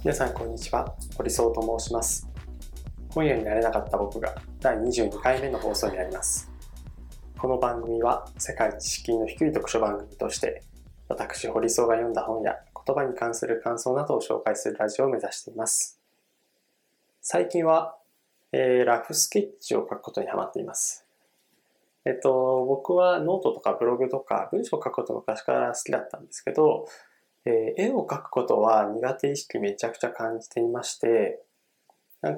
皆さんこんにちは、堀荘と申します。本屋になれなかった僕が第22回目の放送になります。この番組は世界知識の低い読書番組として、私堀荘が読んだ本や言葉に関する感想などを紹介するラジオを目指しています。最近は、ラフスケッチを書くことにハマっています。僕はノートとかブログとか文章を書くこと昔から好きだったんですけど、絵を描くことは苦手意識めちゃくちゃ感じていまして、下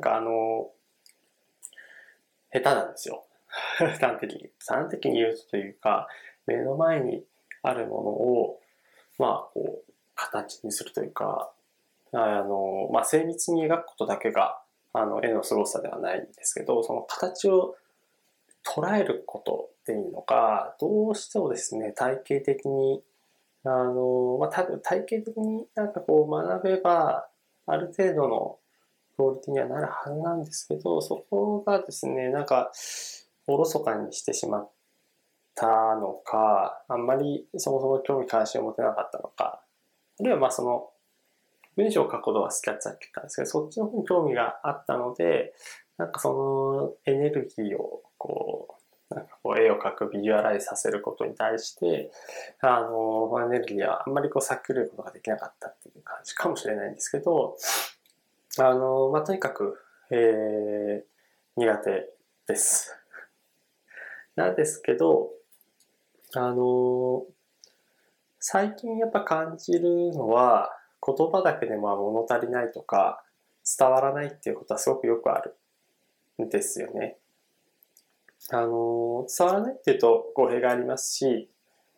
手なんですよ。端的に言うというか、目の前にあるものを、形にするというか、精密に描くことだけが、絵の凄さではないんですけど、その形を捉えることっていうのが、どうしてもですね、体系的に多分体系的に学べば、ある程度のクオリティにはなるはずなんですけど、そこがですね、おろそかにしてしまったのか、あんまりそもそも興味関心を持てなかったのか、あるいは文章を書くことが好きだったって言ったんですけど、そっちの方に興味があったので、そのエネルギーを絵を描く、ビジュアライズさせることに対して、エネルギーはあんまり割き切ることができなかったっていう感じかもしれないんですけど、とにかく、苦手です。なんですけど、最近やっぱ感じるのは、言葉だけでも物足りないとか、伝わらないっていうことはすごくよくあるんですよね。伝わらないっていうと語弊がありますし、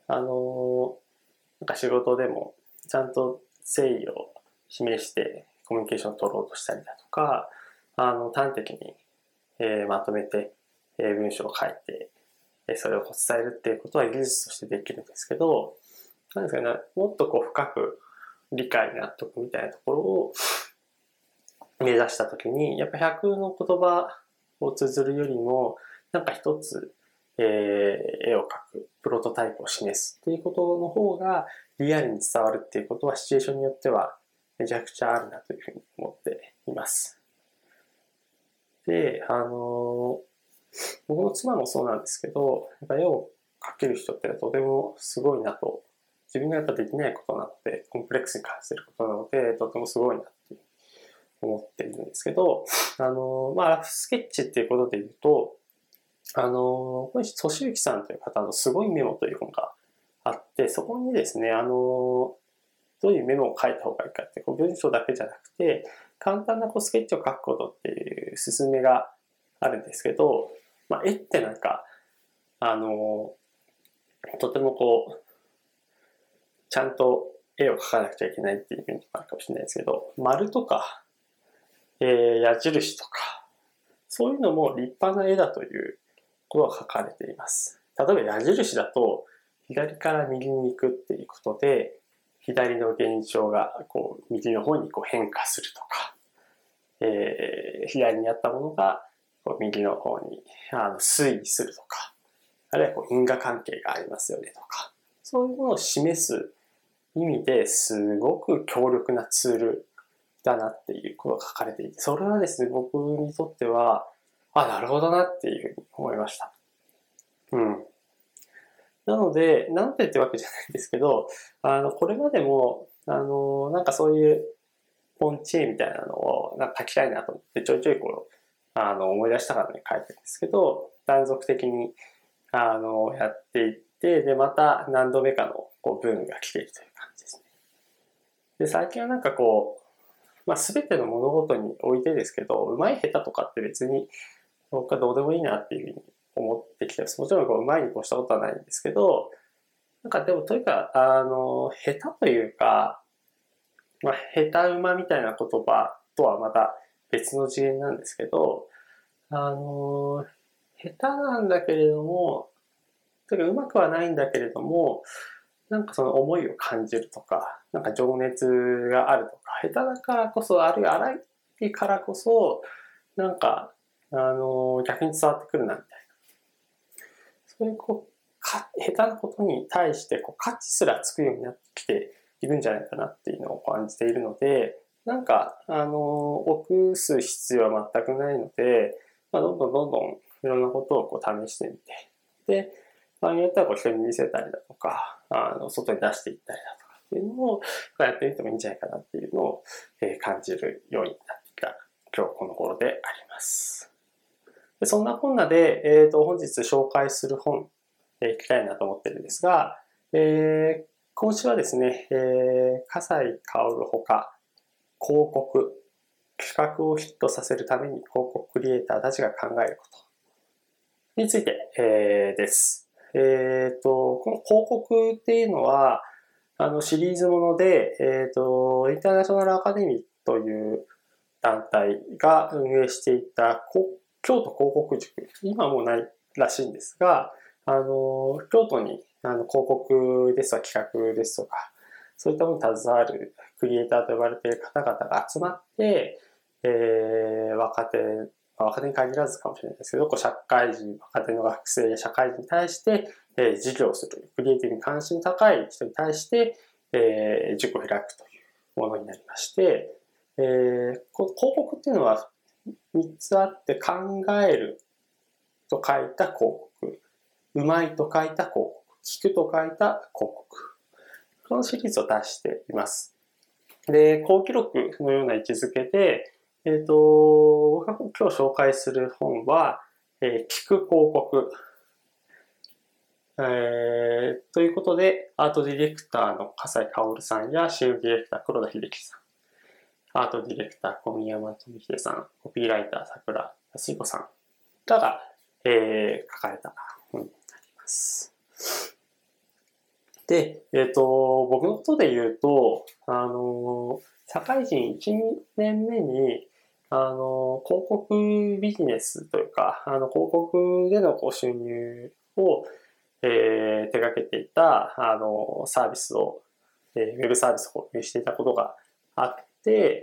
仕事でもちゃんと誠意を示してコミュニケーションを取ろうとしたりだとか、端的に、まとめて、文章を書いて、それを伝えるっていうことは技術としてできるんですけど、なんですかね、もっと深く理解納得みたいなところを目指したときに、やっぱ100の言葉を綴るよりも、一つ、絵を描く、プロトタイプを示すっていうことの方がリアルに伝わるっていうことはシチュエーションによってはめちゃくちゃあるなというふうに思っています。で、僕の妻もそうなんですけど、やっぱ絵を描ける人ってとてもすごいなと、自分がやっぱできないことなので、コンプレックスに感じていることなので、とてもすごいなって思っているんですけど、ラフスケッチっていうことで言うと、小西俊之さんという方のすごいメモという本があって、そこにですね、どういうメモを書いた方がいいかって、文章だけじゃなくて、簡単なスケッチを書くことっていう勧めがあるんですけど、絵ってとてもちゃんと絵を描かなくちゃいけないっていうふうにあるかもしれないですけど、丸とか、矢印とか、そういうのも立派な絵だということが書かれています。例えば矢印だと、左から右に行くっていうことで、左の現象が右の方に変化するとか、左にあったものが右の方に推移するとか、あるいは因果関係がありますよねとか、そういうものを示す意味ですごく強力なツールだなっていうことが書かれていて、それはですね、僕にとっては、なるほどなっていうふうに思いました。なのでってわけじゃないんですけど、これまでも、そういうポンチ絵みたいなのを書きたいなと思ってちょいちょい思い出したからね書いてるんですけど、断続的にやっていって、でまた何度目かのブームが来ているという感じですね。で最近は全ての物事においてですけど、上手い下手とかって別に僕はどうでもいいなっていうふうに思ってきてます。もちろん上手いに越したことはないんですけど、でもとにかく下手というか、下手馬みたいな言葉とはまた別の次元なんですけど、下手なんだけれども、うまくはないんだけれども、その思いを感じるとか、情熱があるとか、下手だからこそ、あるいは荒いからこそ、逆に伝わってくるなみたいな。そういう下手なことに対して価値すらつくようになってきているんじゃないかなっていうのを感じているので、 なんか、臆す必要は全くないので、どんどんどんどんいろんなことをこう試してみて、で、場合によってはこう人に見せたりだとか、外に出していったりだとかっていうのをやってみてもいいんじゃないかなっていうのを、感じるようになってきた今日この頃であります。でそんなこんなで、本日紹介する本、いきたいなと思ってるんですが、今週はですね、笠井薫ほか、広告、企画をヒットさせるために広告クリエイターたちが考えることについて、です。この広告っていうのは、シリーズもので、インターナショナルアカデミーという団体が運営していた京都広告塾、今はもうないらしいんですが、京都に広告ですとか企画ですとか、そういったものに携わるクリエイターと呼ばれている方々が集まって、若手に限らずかもしれないですけど、社会人、若手の学生や社会人に対して、授業をする、クリエイティブに関心の高い人に対して、塾を開くというものになりまして、この広告っていうのは3つあって、考えると書いた広告、うまいと書いた広告、聞くと書いた広告。このシリーズを出しています。で、好記録のような位置づけで、僕が今日紹介する本は、聞く広告。ということで、アートディレクターの笠井薫さんや、CMディレクター黒田秀樹さん、アートディレクター小宮山富秀さん、コピーライター桜康彦さんらが、書かれた本になります。で、僕のことで言うと、社会人1、2年目に、広告ビジネスというか、広告での収入を、手掛けていた、サービスを、ウェブサービスを運営していたことがあって、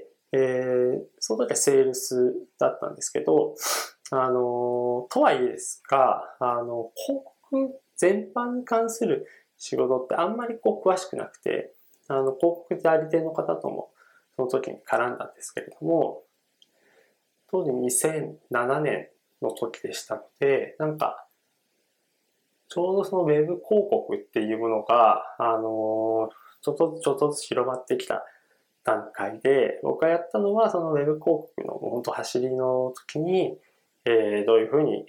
その時はセールスだったんですけど、とはいえですが、広告全般に関する仕事ってあんまり詳しくなくて、広告代理店の方ともその時に絡んだんですけれども、当時2007年の時でしたので、ちょうどそのウェブ広告っていうものが、ちょっとずつ広まってきた段階で、僕がやったのはそのウェブ広告の本当走りの時に、どういうふうに、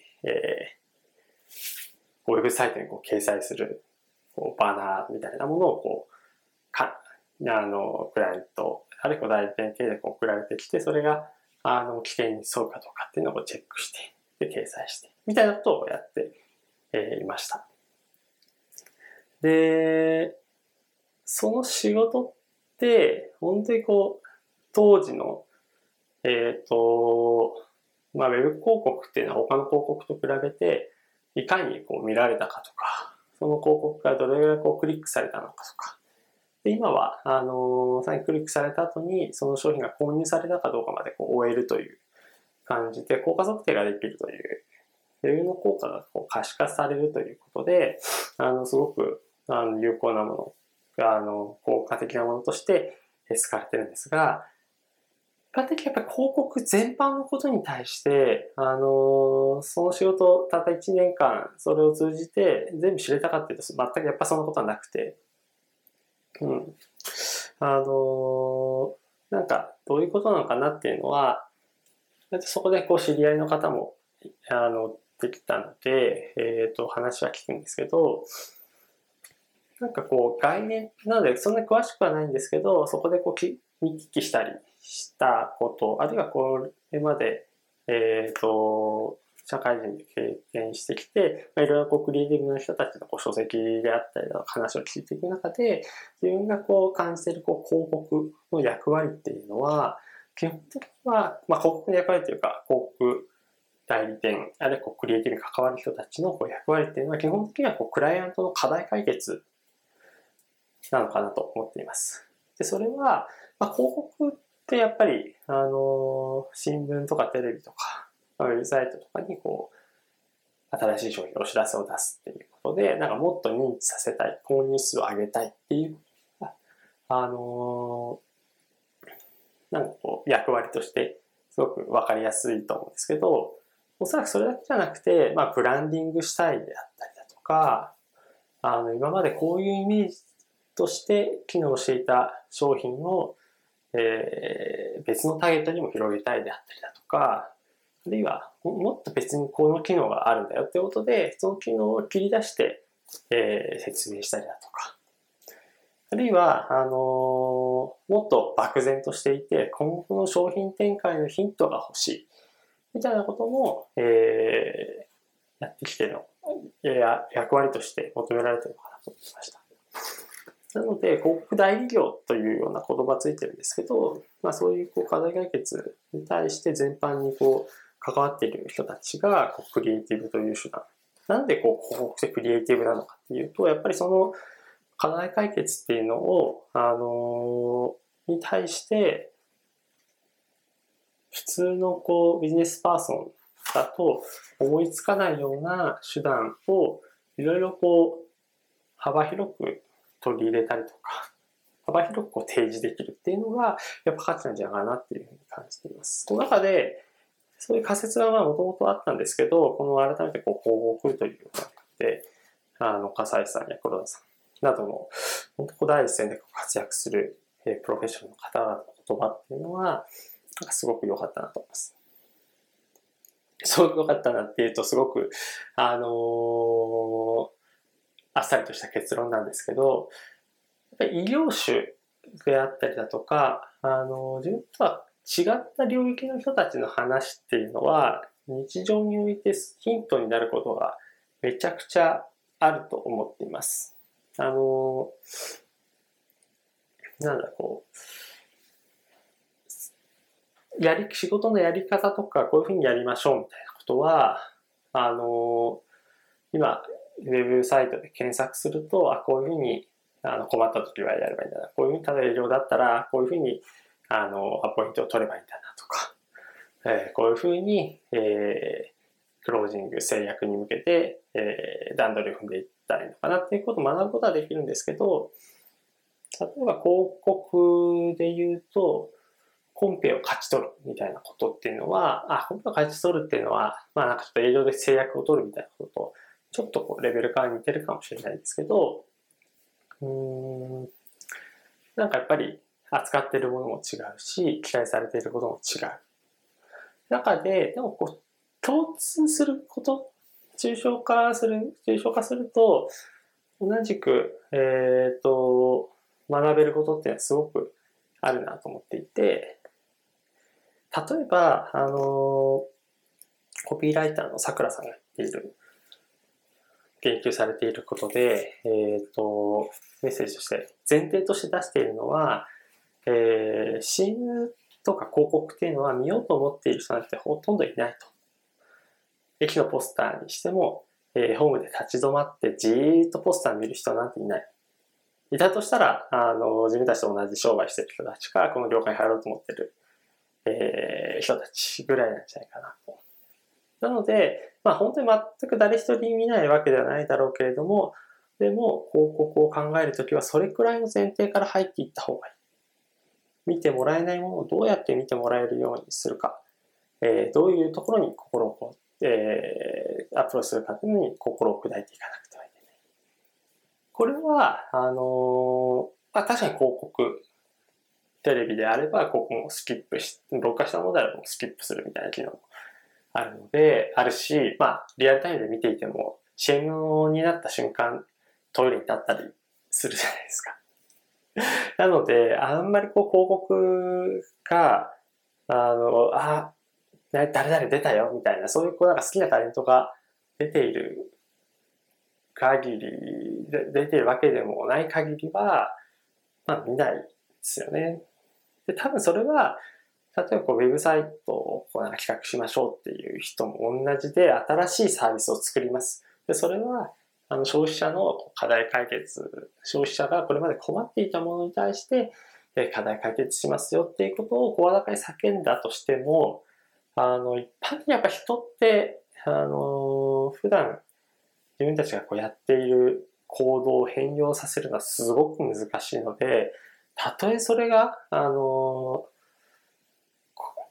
ウェブサイトに掲載するバナーみたいなものをクライアント、あるいは代理店経由で送られてきて、それが規定に沿うかどうかっていうのをチェックして、で、掲載して、みたいなことをやっていました。で、その仕事って、本当に当時の、ウェブ広告っていうのは他の広告と比べて、いかに見られたかとか、その広告がどれぐらいクリックされたのかとか、で今は、さらにクリックされた後に、その商品が購入されたかどうかまで終えるという感じで、効果測定ができるという、ウェブの効果が可視化されるということで、すごく有効なもの、効果的なものとして使われてるんですが、一般的にやっぱり広告全般のことに対して、その仕事、たった1年間、それを通じて全部知れたかっていうと、全くやっぱそんなことはなくて、うん。どういうことなのかなっていうのは、そこで知り合いの方も、できたので、話は聞くんですけど、概念なのでそんなに詳しくはないんですけど、そこで見聞きしたりしたこと、あるいはこれまで、社会人で経験してきて、いろいろクリエイティブの人たちの書籍であったりの話を聞いていく中で、自分が感じている広告の役割っていうのは、基本的には、広告の役割というか、広告代理店、あるいはクリエイティブに関わる人たちの役割っていうのは、基本的にはクライアントの課題解決なのかなと思っています。で、それは、広告ってやっぱり、新聞とかテレビとか、ウェブサイトとかに新しい商品、お知らせを出すっていうことで、もっと認知させたい、購入数を上げたいっていう、 なんかこう役割としてすごくわかりやすいと思うんですけど、おそらくそれだけじゃなくて、ブランディングしたいであったりだとか、今までこういうイメージとして機能していた商品を、別のターゲットにも広げたいであったりだとか、あるいはもっと別にこの機能があるんだよってことで、その機能を切り出して、説明したりだとか、あるいは、もっと漠然としていて、今後の商品展開のヒントが欲しい、みたいなことも、やってきての、役割として求められているのかなと思いました。なので、広告代理業というような言葉ついてるんですけど、そういう課題解決に対して全般に関わっている人たちがクリエイティブという手段。なんで広告ってクリエイティブなのかっていうと、やっぱりその課題解決っていうのを、に対して、普通のビジネスパーソンだと思いつかないような手段をいろいろ幅広く取り入れたりとか、幅広く提示できるっていうのがやっぱ価値なんじゃないかなっていうふうに感じています。その中で、そういう仮説がもともとあったんですけど、この改めて広告というのがあって、笠井さんや黒田さんなどの、本当第一線で活躍するプロフェッショナルの方々の言葉っていうのは、すごく良かったなと思います。すごく良かったなっていうと、すごく、あっさりとした結論なんですけど、やっぱり異業種であったりだとか、自分とは違った領域の人たちの話っていうのは、日常においてヒントになることがめちゃくちゃあると思っています。仕事のやり方とか、こういうふうにやりましょうみたいなことは、今、ウェブサイトで検索すると、こういうふうに困った時はやればいいんだな。こういうふうに、ただ営業だったら、こういうふうにアポイントを取ればいいんだなとか、こういうふうに、クロージング、制約に向けて、段取りを踏んでいったらいいのかなっていうことを学ぶことはできるんですけど、例えば広告で言うと、コンペを勝ち取るみたいなことっていうのは、コンペを勝ち取るっていうのは、なんかちょっと営業で制約を取るみたいなことと、ちょっとレベル感似てるかもしれないんですけど、なんかやっぱり扱っているものも違うし、期待されていることも違う。中で、でも共通すること、抽象化すると、同じく、学べることっていうのはすごくあるなと思っていて、例えば、コピーライターのさくらさんが言っている、言及されていることで、メッセージとして、前提として出しているのは、CM とか広告っていうのは見ようと思っている人なんてほとんどいないと。駅のポスターにしても、ホームで立ち止まってじーっとポスター見る人なんていない。いたとしたら、自分たちと同じ商売してる人たちか、この業界に入ろうと思ってる、人たちぐらいなんじゃないかなと。なので、本当に全く誰一人見ないわけではないだろうけれども、でも広告を考えるときはそれくらいの前提から入っていった方がいい。見てもらえないものをどうやって見てもらえるようにするか、どういうところに心をアプローチするかというのに心を砕いていかなくてはいけない。これは、確かに広告、テレビであればここもスキップし、録画したものであればスキップするみたいな機能もあるので、あるし、リアルタイムで見ていても CM になった瞬間トイレに立ったりするじゃないですか。なので、あんまり広告が、誰々出たよみたいな、そういうなんか好きなタレントが出ている限り、出ているわけでもない限りは、見ないですよね。で、多分それは、例えばウェブサイトをなんか企画しましょうっていう人も同じで、新しいサービスを作ります。で、それは、消費者の課題解決、消費者がこれまで困っていたものに対して、課題解決しますよっていうことを声高に叫んだとしても、一般にやっぱ人って、普段自分たちがやっている行動を変容させるのはすごく難しいので、たとえそれが、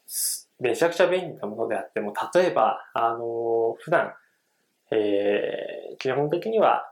めちゃくちゃ便利なものであっても、例えば、普段、基本的には、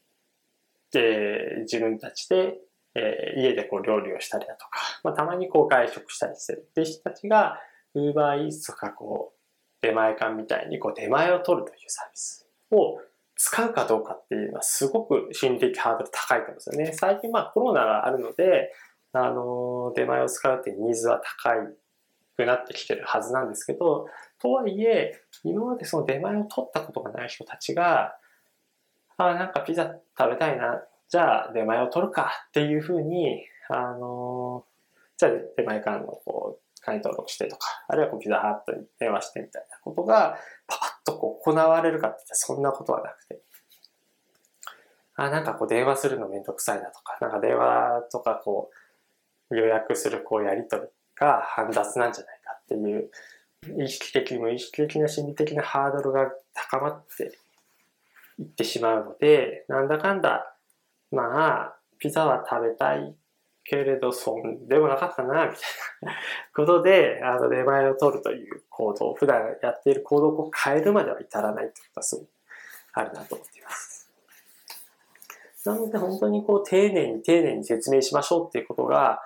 自分たちで、家でこう料理をしたりだとか、たまにこう外食したりしてるっていう人たちが、Uber Eats とかこう、出前館みたいにこう出前を取るというサービスを使うかどうかっていうのはすごく心理的ハードル高いと思うんですよね。最近コロナがあるので、出前を使うっていうニーズは高くなってきてるはずなんですけど、とはいえ、今までその出前を取ったことがない人たちが、なんかピザ食べたいな、じゃあ出前を取るかっていうふうに、じゃあ出前館のこう、会員登録してとか、あるいはこうピザハットに電話してみたいなことが、パパッとこう行われるかって言ったらそんなことはなくて。なんかこう電話するのめんどくさいなとか、なんか電話とかこう予約するこうやり取りが煩雑なんじゃないかっていう、意識的無意識的な心理的なハードルが高まっていってしまうので、なんだかんだ、ピザは食べたいけれど、そんでもなかったな、みたいなことで、出前を取るという行動、普段やっている行動を変えるまでは至らないということはすごくあるなと思っています。なので本当にこう丁寧に説明しましょうっていうことが、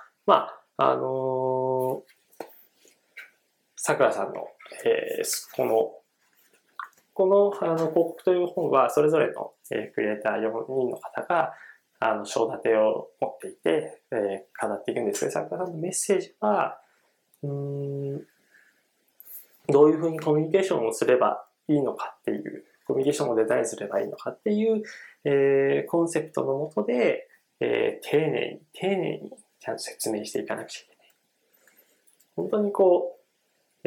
さくらさんの、この広告という本は、それぞれの、クリエイター4人の方が、章立てを持っていて、語っていくんですけど、さくらさんのメッセージは、どういうふうにコミュニケーションをすればいいのかっていう、コミュニケーションをデザインすればいいのかっていう、コンセプトのもとで、丁寧にちゃんと説明していかなくちゃいけない。本当にこう、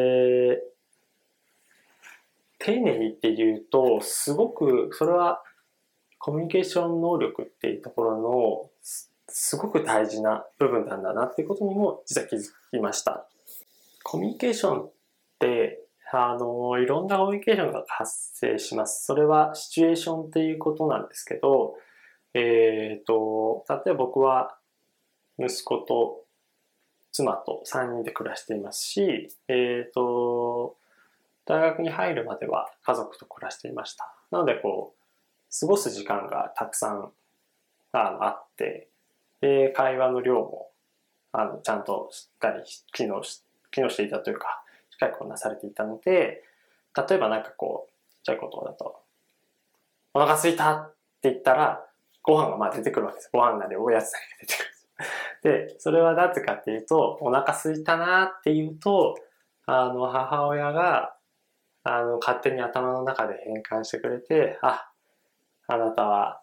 丁寧にっていうと、すごく、それはコミュニケーション能力っていうところの、すごく大事な部分なんだなっていうことにも実は気づきました。コミュニケーションって、いろんなコミュニケーションが発生します。それはシチュエーションっていうことなんですけど、例えば僕は息子と妻と3人で暮らしていますし、大学に入るまでは家族と暮らしていました。なのでこう、過ごす時間がたくさんあって、で、会話の量もちゃんとしっかり機能していたというか、しっかりこなされていたので、例えばなんかこう、ちっちゃいことだと、お腹空いたって言ったら、ご飯が出てくるわけです。ご飯なりおやつなりが出てくる。で、それはなぜかっていうと、お腹空いたなっていうと、母親が、勝手に頭の中で変換してくれて、あなたは、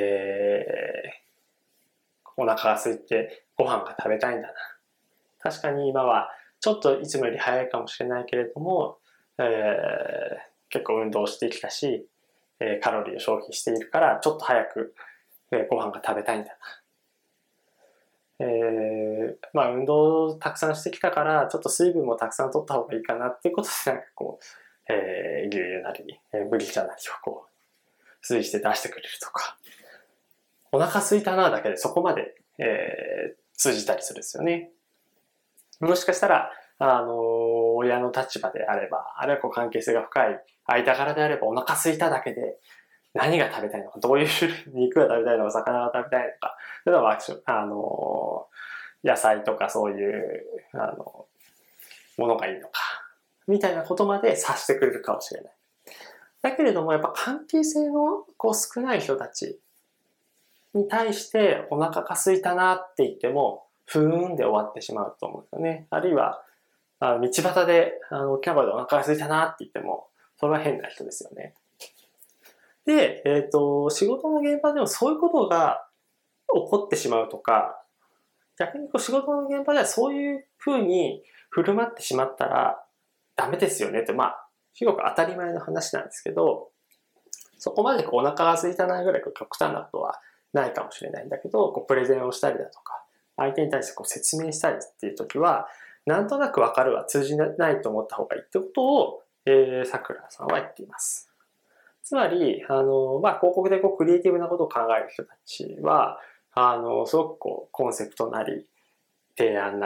お腹が空いてご飯が食べたいんだな。確かに今はちょっといつもより早いかもしれないけれども、結構運動してきたし、カロリーを消費しているからちょっと早く、ご飯が食べたいんだな。運動をたくさんしてきたからちょっと水分もたくさん取った方がいいかなっていうことでなんかこう、牛乳なり、麦茶なりをこう数字で出してくれるとか、お腹空いたなだけでそこまで、通じたりするんですよね。もしかしたら、親の立場であれば、あるいはこう関係性が深い間柄であれば、お腹空いただけで何が食べたいのか、どういう種類、肉が食べたいのか、魚が食べたいのか、それは野菜とかそういう、ものがいいのか、みたいなことまで察してくれるかもしれない。だけれども、やっぱ関係性のこう少ない人たちに対してお腹が空いたなって言っても、ふーんで終わってしまうと思うんですよね。あるいは、道端で、キャバでお腹が空いたなって言っても、それは変な人ですよね。で、仕事の現場でもそういうことが起こってしまうとか、逆にこう仕事の現場ではそういうふうに振る舞ってしまったらダメですよねって、すごく当たり前の話なんですけど、そこまでこうお腹が空いたなぐらい極端なことはないかもしれないんだけど、こうプレゼンをしたりだとか、相手に対してこう説明したりっていう時は、なんとなくわかるは通じないと思った方がいいってことを、さくらさんは言っています。つまり、広告でこうクリエイティブなことを考える人たちは、すごくこうコンセプトなり、提案なり、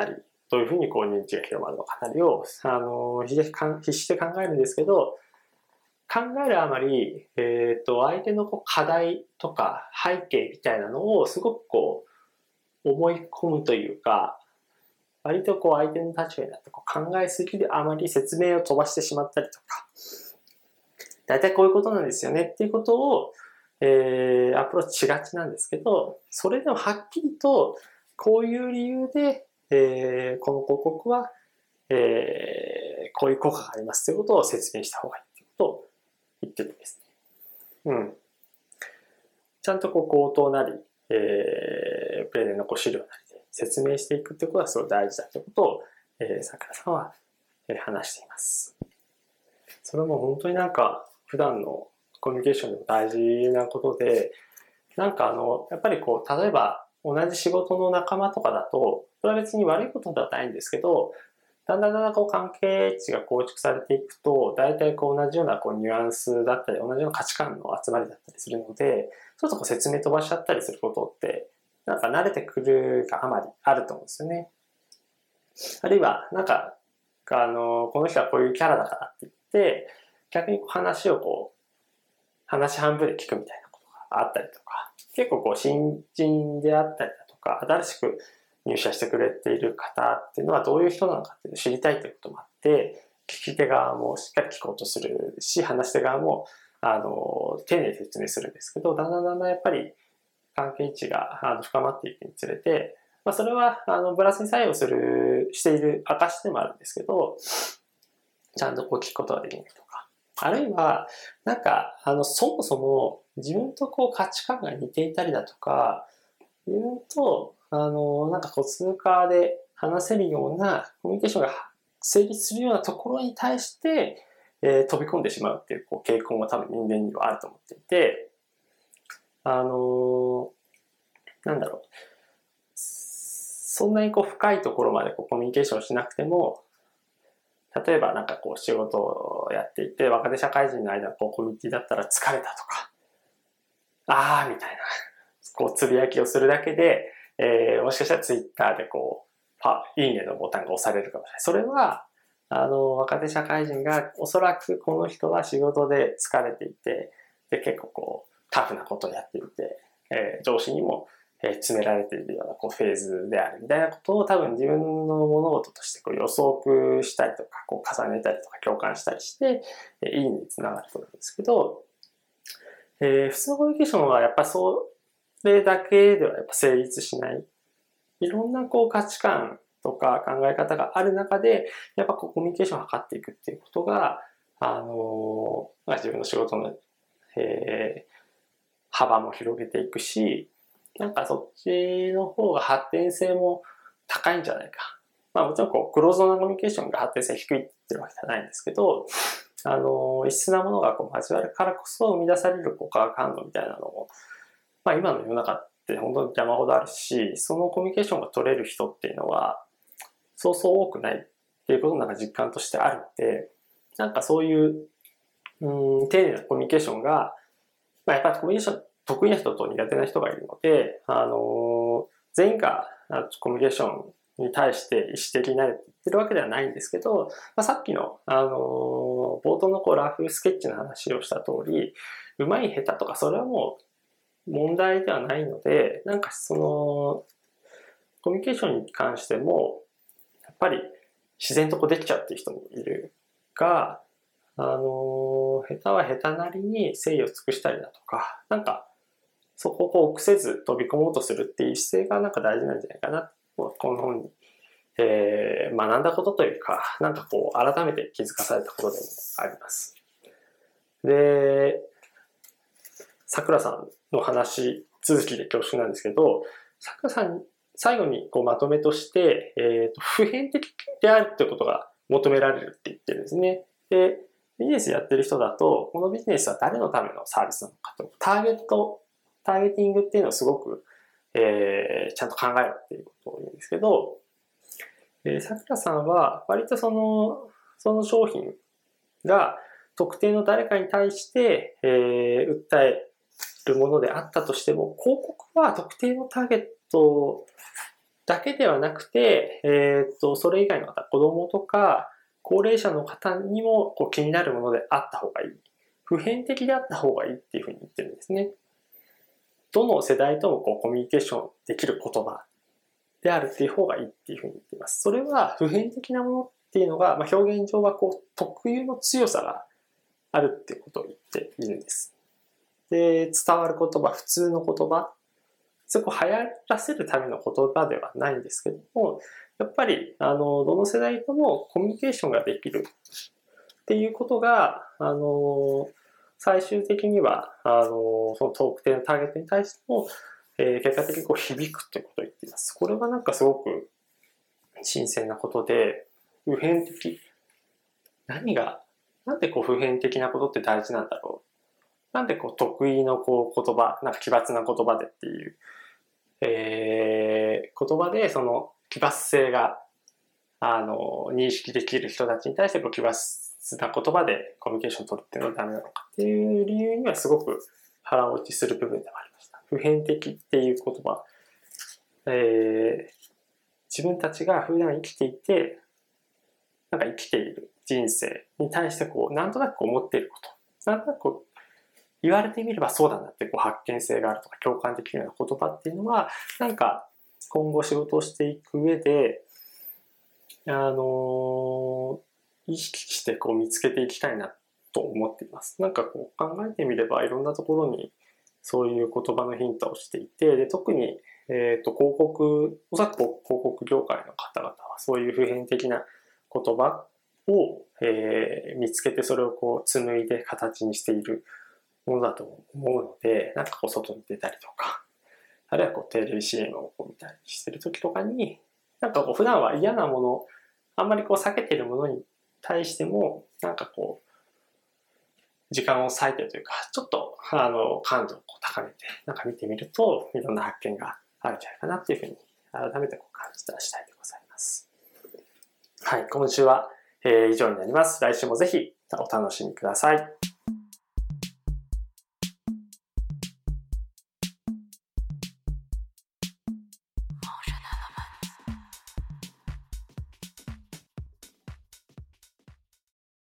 どういうふうにこう認知が広まるのかなりを、必死で考えるんですけど、考えるあまり、相手のこう課題とか背景みたいなのをすごくこう思い込むというか、割とこう相手の立場になってこう考えすぎであまり説明を飛ばしてしまったりとか、大体こういうことなんですよねっていうことを、アプローチしがちなんですけど、それでもはっきりとこういう理由で、この広告は、こういう効果がありますということを説明した方がいいということを言ってるんですね。うん。ちゃんとこう口頭なり、プレゼンのこう資料なりで説明していくということがすごい大事だということを、桜さんは話しています。それも本当になんか普段のコミュニケーションでも大事なことで、なんかやっぱりこう、例えば同じ仕事の仲間とかだと、それは別に悪いことではないんですけど、だんだんこう関係値が構築されていくと、大体こう同じようなこうニュアンスだったり、同じような価値観の集まりだったりするので、ちょっとこう説明飛ばしちゃったりすることって、なんか慣れてくるがあまりあると思うんですよね。あるいは、なんか、この人はこういうキャラだからって言って、逆に話をこう、話半分で聞くみたいなことがあったりとか、結構こう新人であったりだとか、新しく入社してくれている方っていうのはどういう人なのかっていうのを知りたいということもあって、聞き手側もしっかり聞こうとするし、話し手側も、丁寧に説明するんですけど、だんだんやっぱり関係値が深まっていくにつれて、それは、プラスに作用している証でもあるんですけど、ちゃんとこう聞くことができないとか。あるいは、なんか、そもそも自分とこう価値観が似ていたりだとか、自分と、なんかこう通過で話せるようなコミュニケーションが成立するようなところに対して、飛び込んでしまうっていうこう傾向も多分人間にはあると思っていて、なんだろう。そんなにこう深いところまでこうコミュニケーションしなくても、例えばなんかこう仕事をやっていて、若手社会人の間のこうコミュニティだったら疲れたとか、あーみたいな、こうつぶやきをするだけで、もしかしたらツイッターでこう、いいねのボタンが押されるかもしれない。それは、若手社会人がおそらくこの人は仕事で疲れていて、で結構こうタフなことをやっていて、上司にも詰められているようなこうフェーズであるみたいなことを多分自分の物事としてこう予測したりとか、こう重ねたりとか共感したりして、いいにつながると思うんですけど、普通のコミュニケーションはやっぱそれだけではやっぱ成立しない。いろんなこう価値観とか考え方がある中で、やっぱこうコミュニケーションを図っていくっていうことが、自分の仕事の、幅も広げていくし、なんかそっちの方が発展性も高いんじゃないか。もちろんこうクローズドなコミュニケーションが発展性低いって言ってるわけじゃないんですけど、異質なものがこう交わるからこそ生み出される化学反応みたいなのも、今の世の中って本当に山ほどあるし、そのコミュニケーションが取れる人っていうのは、そうそう多くないっていうことの実感としてあるので、なんかそういう、丁寧なコミュニケーションが、やっぱりコミュニケーション得意な人と苦手な人がいるので、全員がコミュニケーションに対して意思的になれていってるわけではないんですけど、さっきの、冒頭のこうラフスケッチの話をした通り、上手い下手とかそれはもう問題ではないので、なんかそのコミュニケーションに関してもやっぱり自然とこうできちゃうっていう人もいるが、下手は下手なりに誠意を尽くしたりだとか、なんかそこをこう臆せず飛び込もうとするっていう姿勢がなんか大事なんじゃないかな、この本に、学んだことというか、なんかこう改めて気づかされたことでもあります。で、さくらさんの話続きで恐縮なんですけど、さくらさん最後にこうまとめとして、普遍的であるということが求められるって言ってるんですね。で、ビジネスやってる人だと、このビジネスは誰のためのサービスなのかと、ターゲティングっていうのをすごく、ちゃんと考えるっていうことを言うんですけど、さくらさんは割とその商品が特定の誰かに対して、訴えるものであったとしても、広告は特定のターゲットだけではなくて、それ以外の方、子供とか高齢者の方にもこう気になるものであった方がいい。普遍的であった方がいいっていうふうに言ってるんですね。どの世代ともこうコミュニケーションできる言葉であるっていう方がいいっていうふうに言っています。それは普遍的なものっていうのが、表現上はこう特有の強さがあるっていうことを言っているんです。で、伝わる言葉、普通の言葉、そこ流行らせるための言葉ではないんですけども、やっぱり、どの世代ともコミュニケーションができるっていうことが、最終的には、その特定のターゲットに対しても、結果的にこう響くということを言っています。これはなんかすごく新鮮なことで、普遍的。なんでこう普遍的なことって大事なんだろう。なんでこう得意のこう言葉、なんか奇抜な言葉でっていう、言葉でその奇抜性が、認識できる人たちに対してこう奇抜な言葉でコミュニケーションを取るっていうのはダメなのかっていう理由にはすごく腹落ちする部分ではありました。普遍的っていう言葉、自分たちが普段生きていて、なんか生きている人生に対してこう、なんとなく思っていること、なんとなくこう、言われてみればそうだなってこう発見性があるとか共感できるような言葉っていうのは、なんか今後仕事をしていく上で、意識してこう見つけていきたいなと思っています。なんかこう考えてみればいろんなところにそういう言葉のヒントをしていて、で特に、広告、おそらく広告業界の方々はそういう普遍的な言葉を、見つけてそれをこう紡いで形にしているものだと思うので、なんかこう外に出たりとか、あるいはこうテレビ CM をこう見たりしてる時とかに、なんかこう普段は嫌なもの、あんまりこう避けているものに対しても、なんかこう、時間を割いてというか、ちょっと感度をこう高めて、なんか見てみると、いろんな発見があるんじゃないかなっていうふうに、改めてこう感じた次第でございます。はい、今週は、以上になります。来週もぜひお楽しみください。